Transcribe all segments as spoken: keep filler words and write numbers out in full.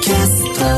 キャスト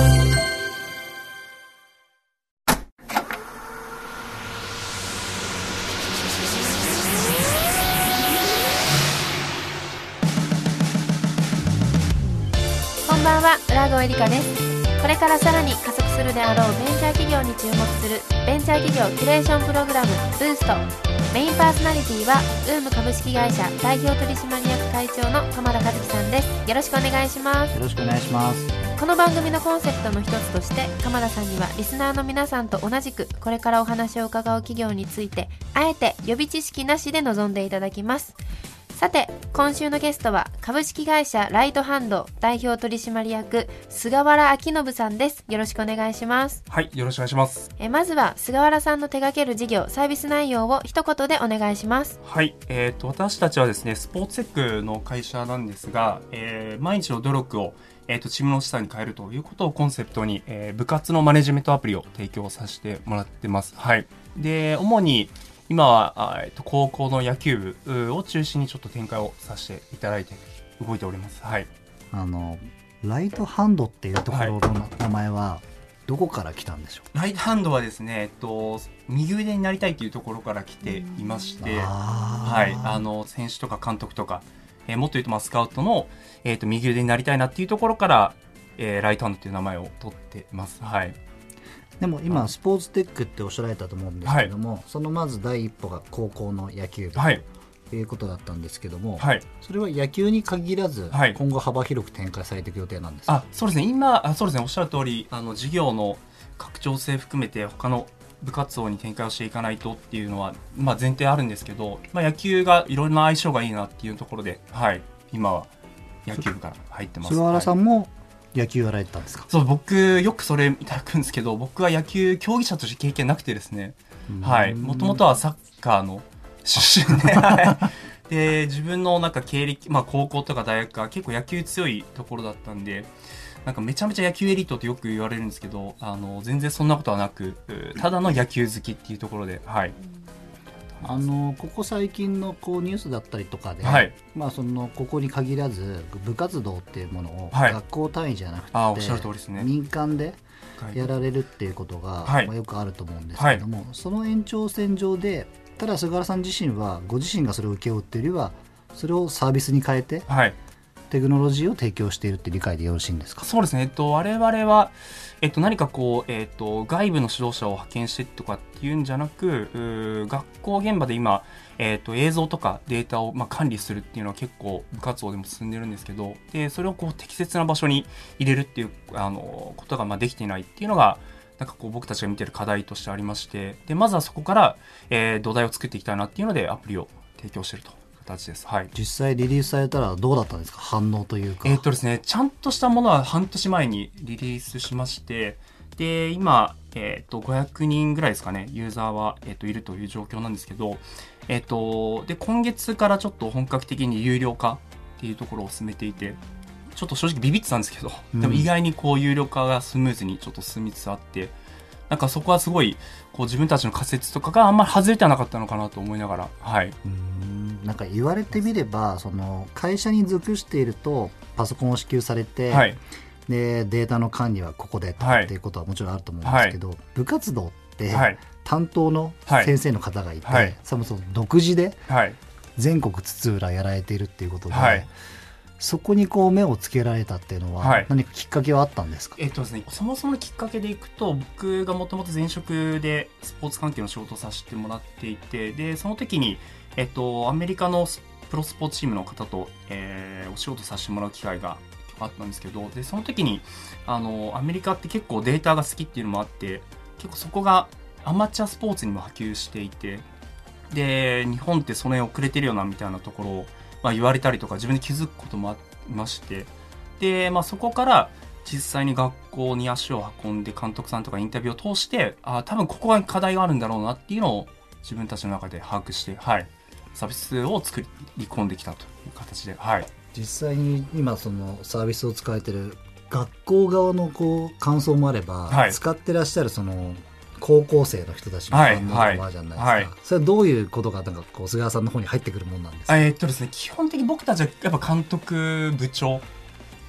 こんばんは、浦郷えりかです。これからさらに加速するであろうベンチャー企業に注目するベンチャー企業キュレーションプログラムブースト。メインパーソナリティはウーム株式会社代表取締役会長の鎌田和樹さんです。よろしくお願いします。 よろしくお願いします。 この番組のコンセプトの一つとして鎌田さんにはリスナーの皆さんと同じくこれからお話を伺う企業についてあえて予備知識なしで臨んでいただきます。さて今週のゲストは株式会社ライトハンド代表取締役菅原明信さんです。よろしくお願いします。 はい、よろしくお願いします。 えまずは菅原さんの手掛ける事業サービス内容を一言でお願いします。 はい、えー、と私たちはですねスポーツテックの会社なんですが、えー、毎日の努力を、えー、とチームの資産に変えるということをコンセプトに、えー、部活のマネジメントアプリを提供させてもらってます。はい、で主に今は、えー、と高校の野球部を中心にちょっと展開をさせていただいて動いております。はい、 あのライトハンドっていうところの名前はどこから来たんでしょう。 ライトハンドはですね、えっと、右腕になりたいというところから来ていまして、はい、あの選手とか監督とか、えー、もっと言うとまあスカウトの、えー、と右腕になりたいなっていうところから、えー、ライトハンドという名前を取っています。はい、 でも今スポーツテックっておっしゃられたと思うんですけども、はい、そのまず第一歩が高校の野球部、はい、ということだったんですけども、はい、それは野球に限らず、はい、今後幅広く展開されていく予定なんですか。 あ、そうですね、今あそうですねおっしゃる通りあの事業の拡張性含めて他の部活動に展開をしていかないとっていうのは、まあ、前提あるんですけど、まあ、野球がいろいろな相性がいいなっていうところで、はい、今は野球部から入ってます。 菅原さんも、はい、野球やられてたんですか。 そう、僕よくそれいただくんですけど、僕は野球競技者として経験なくてですね、はい、もともとはサッカーの出身でで自分のなんか経歴、まあ、高校とか大学が結構野球強いところだったんで、なんかめちゃめちゃ野球エリートってよく言われるんですけど、あの全然そんなことはなく、ただの野球好きっていうところで、はい、 あのここ最近のこうニュースだったりとかで、 はい、 まあ、そのここに限らず部活動っていうものを学校単位じゃなくて、 はい、あおっしゃる通りですね、 民間でやられるっていうことが、 はい、 まあ、よくあると思うんですけども、はい、その延長線上でただ菅原さん自身はご自身がそれを請け負うっていうよりはそれをサービスに変えて、はい、テクノロジーを提供しているって理解でよろしいんですか。 そうですね、えっと、我々は、えっと、何かこう、えっと、外部の指導者を派遣してとかっていうんじゃなく、学校現場で今、えっと、映像とかデータを、まあ、管理するっていうのは結構部活動でも進んでるんですけど、でそれをこう適切な場所に入れるっていうあのことがまあできていないっていうのがなんかこう僕たちが見てる課題としてありまして、でまずはそこから、えー、土台を作っていきたいなっていうのでアプリを提供しているという形です。はい、 実際リリースされたらどうだったんですか、反応というか。 えーっとですね、ちゃんとしたものは半年前にリリースしまして、で今、えー、っとごひゃくにんぐらいですかね、ユーザーは、えー、っといるという状況なんですけど、えー、っとで今月からちょっと本格的に有料化っていうところを進めていて、ちょっと正直ビビってたんですけど、うん、でも意外にこう有料化がスムーズにちょっと進みつつあって、なんかそこはすごいこう自分たちの仮説とかがあんまり外れてはなかったのかなと思いながら、はい、 うーん、なんか言われてみればその会社に属しているとパソコンを支給されて、はい、でデータの管理はここでっていうことはもちろんあると思うんですけど、はい、部活動って担当の先生の方がいて、はい、そもそも独自で全国津々浦やられているっていうことで、はい、そこにこう目をつけられたっていうのは何かきっかけはあったんですか。 はい、えーとですね、そもそものきっかけでいくと、僕がもともと前職でスポーツ関係の仕事をさせてもらっていて、でその時に、えーと、アメリカのプロスポーツチームの方と、えー、お仕事させてもらう機会があったんですけど、でその時にあのアメリカって結構データが好きっていうのもあって、結構そこがアマチュアスポーツにも波及していて、で日本ってその辺遅れてるよなみたいなところをまあ、言われたりとか自分で気づくこともありまして、で、まあ、そこから実際に学校に足を運んで監督さんとかインタビューを通して、あ多分ここが課題があるんだろうなっていうのを自分たちの中で把握して、はい、サービスを作り込んできたという形で、はい、 実際に今そのサービスを使えてる学校側のこう感想もあれば、はい、使ってらっしゃるその高校生の人たちの反応もあるじゃないですか、はいはい、それはどういうことがなんかこう菅原さんの方に入ってくるものなんですか。 えーっとですね、基本的に僕たちはやっぱ監督部長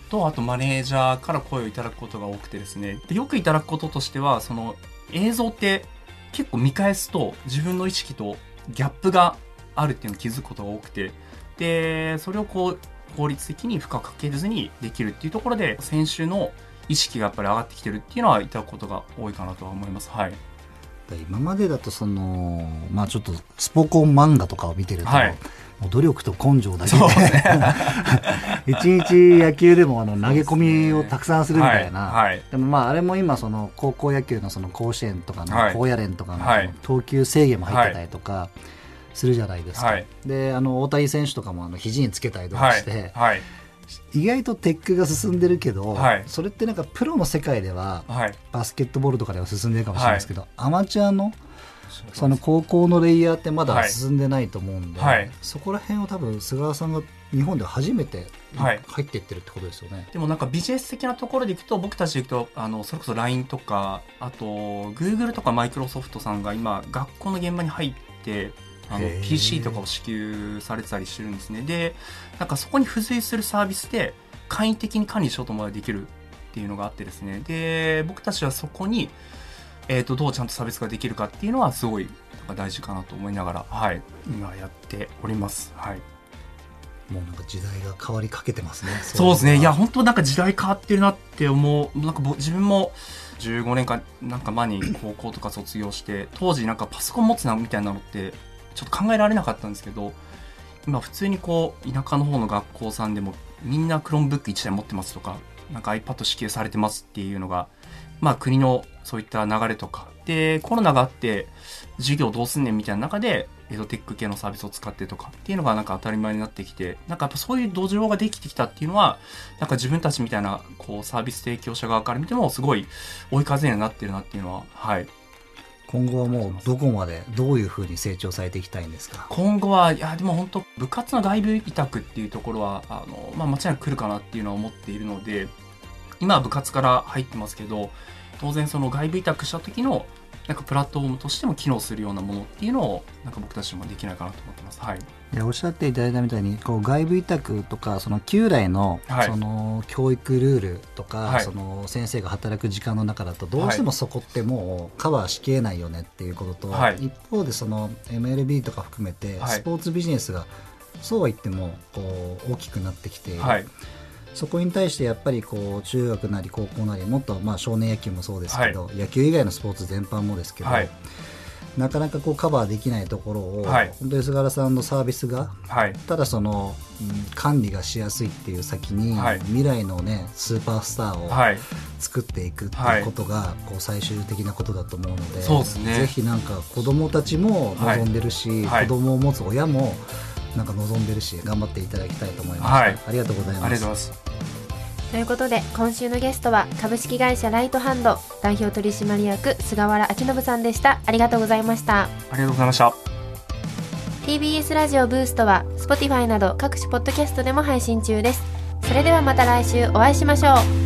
と、あとマネージャーから声をいただくことが多くてですね、でよくいただくこととしては、その映像って結構見返すと自分の意識とギャップがあるっていうのを気づくことが多くて、でそれをこう効率的に負荷かけずにできるっていうところで、選手の意識がやっぱり上がってきてるっていうのはいただくことが多いかなとは思います。はい。 今までだとその、まあ、ちょっとスポコン漫画とかを見てると、はい、もう努力と根性だけで、ね、一日野球でもあの投げ込みをたくさんするみたいな、はいはい、でもまああれも今その高校野球のその甲子園とかの高野連とかの投球制限も入ってたりとかするじゃないですか、はい、であの大谷選手とかもあの肘につけたりとかして、はいはい、意外とテックが進んでるけど、はい、それってなんかプロの世界では、はい、バスケットボールとかでは進んでるかもしれないですけど、はい、アマチュアのその高校のレイヤーってまだ進んでないと思うんで、はい、そこら辺を多分菅原さんが日本で初めて入っていってるってことですよね、はい、 でもなんかビジネス的なところでいくと、僕たちでいくとあのそれこそ ライン とか、あと Google とかマイクロソフトさんが今学校の現場に入ってあの ピーシー とかを支給されてたりしてるんですね。でなんかそこに付随するサービスで簡易的に管理しようと思えばできるっていうのがあってですね、で僕たちはそこに、えー、とどうちゃんと差別ができるかっていうのはすごい大事かなと思いながら、はい、今やっております。はい、 もうなんか時代が変わりかけてますね。 そうですね。いや本当なんか時代変わってるなって思う。なんか自分もじゅうごねんかんなんか前に高校とか卒業して当時なんかパソコン持つなみたいなのってちょっと考えられなかったんですけど、今普通にこう田舎の方の学校さんでもみんなクロームブックいちだい持ってますとか、なんか iPad 支給されてますっていうのが、まあ国のそういった流れとかで、コロナがあって授業どうすんねんみたいな中でエドテック系のサービスを使ってとかっていうのがなんか当たり前になってきて、なんかやっぱそういう土壌ができてきたっていうのは、なんか自分たちみたいなこうサービス提供者側から見てもすごい追い風になってるなっていうのは、はい。 今後はもうどこまでどういうふうに成長されていきたいんですか？ 今後はいやでも本当部活の外部委託っていうところはあの、まあ、間違いなく来るかなっていうのは思っているので、今は部活から入ってますけど、当然その外部委託した時のなんかプラットフォームとしても機能するようなものっていうのをなんか僕たちもできないかなと思ってます。はい。 いやおっしゃっていただいたみたいにこう外部委託とかその旧来の、はい、その教育ルールとか、はい、その先生が働く時間の中だとどうしてもそこってもうカバーしきれないよねっていうことと、はい、一方でその エムエルビー とか含めてスポーツビジネスがそうは言ってもこう大きくなってきている、はい、そこに対してやっぱりこう中学なり高校なりもっとまあ少年野球もそうですけど、はい、野球以外のスポーツ全般もですけど、はい、なかなかこうカバーできないところを、はい、本当に菅原さんのサービスが、はい、ただその、うん、管理がしやすいっていう先に、はい、未来のねスーパースターを作っていくっていうことが、はい、こう最終的なことだと思うので、 そうですね、 ぜひなんか子どもたちも望んでるし、はい、子どもを持つ親もなんか望んでるし頑張っていただきたいと思いました、はい、ありがとうございます。 ありがとうございます。 ということで今週のゲストは株式会社ライトハンド代表取締役菅原明信さんでした。ありがとうございました。 ありがとうございました。 ティービーエス ラジオブーストは Spotify など各種ポッドキャストでも配信中です。それではまた来週お会いしましょう。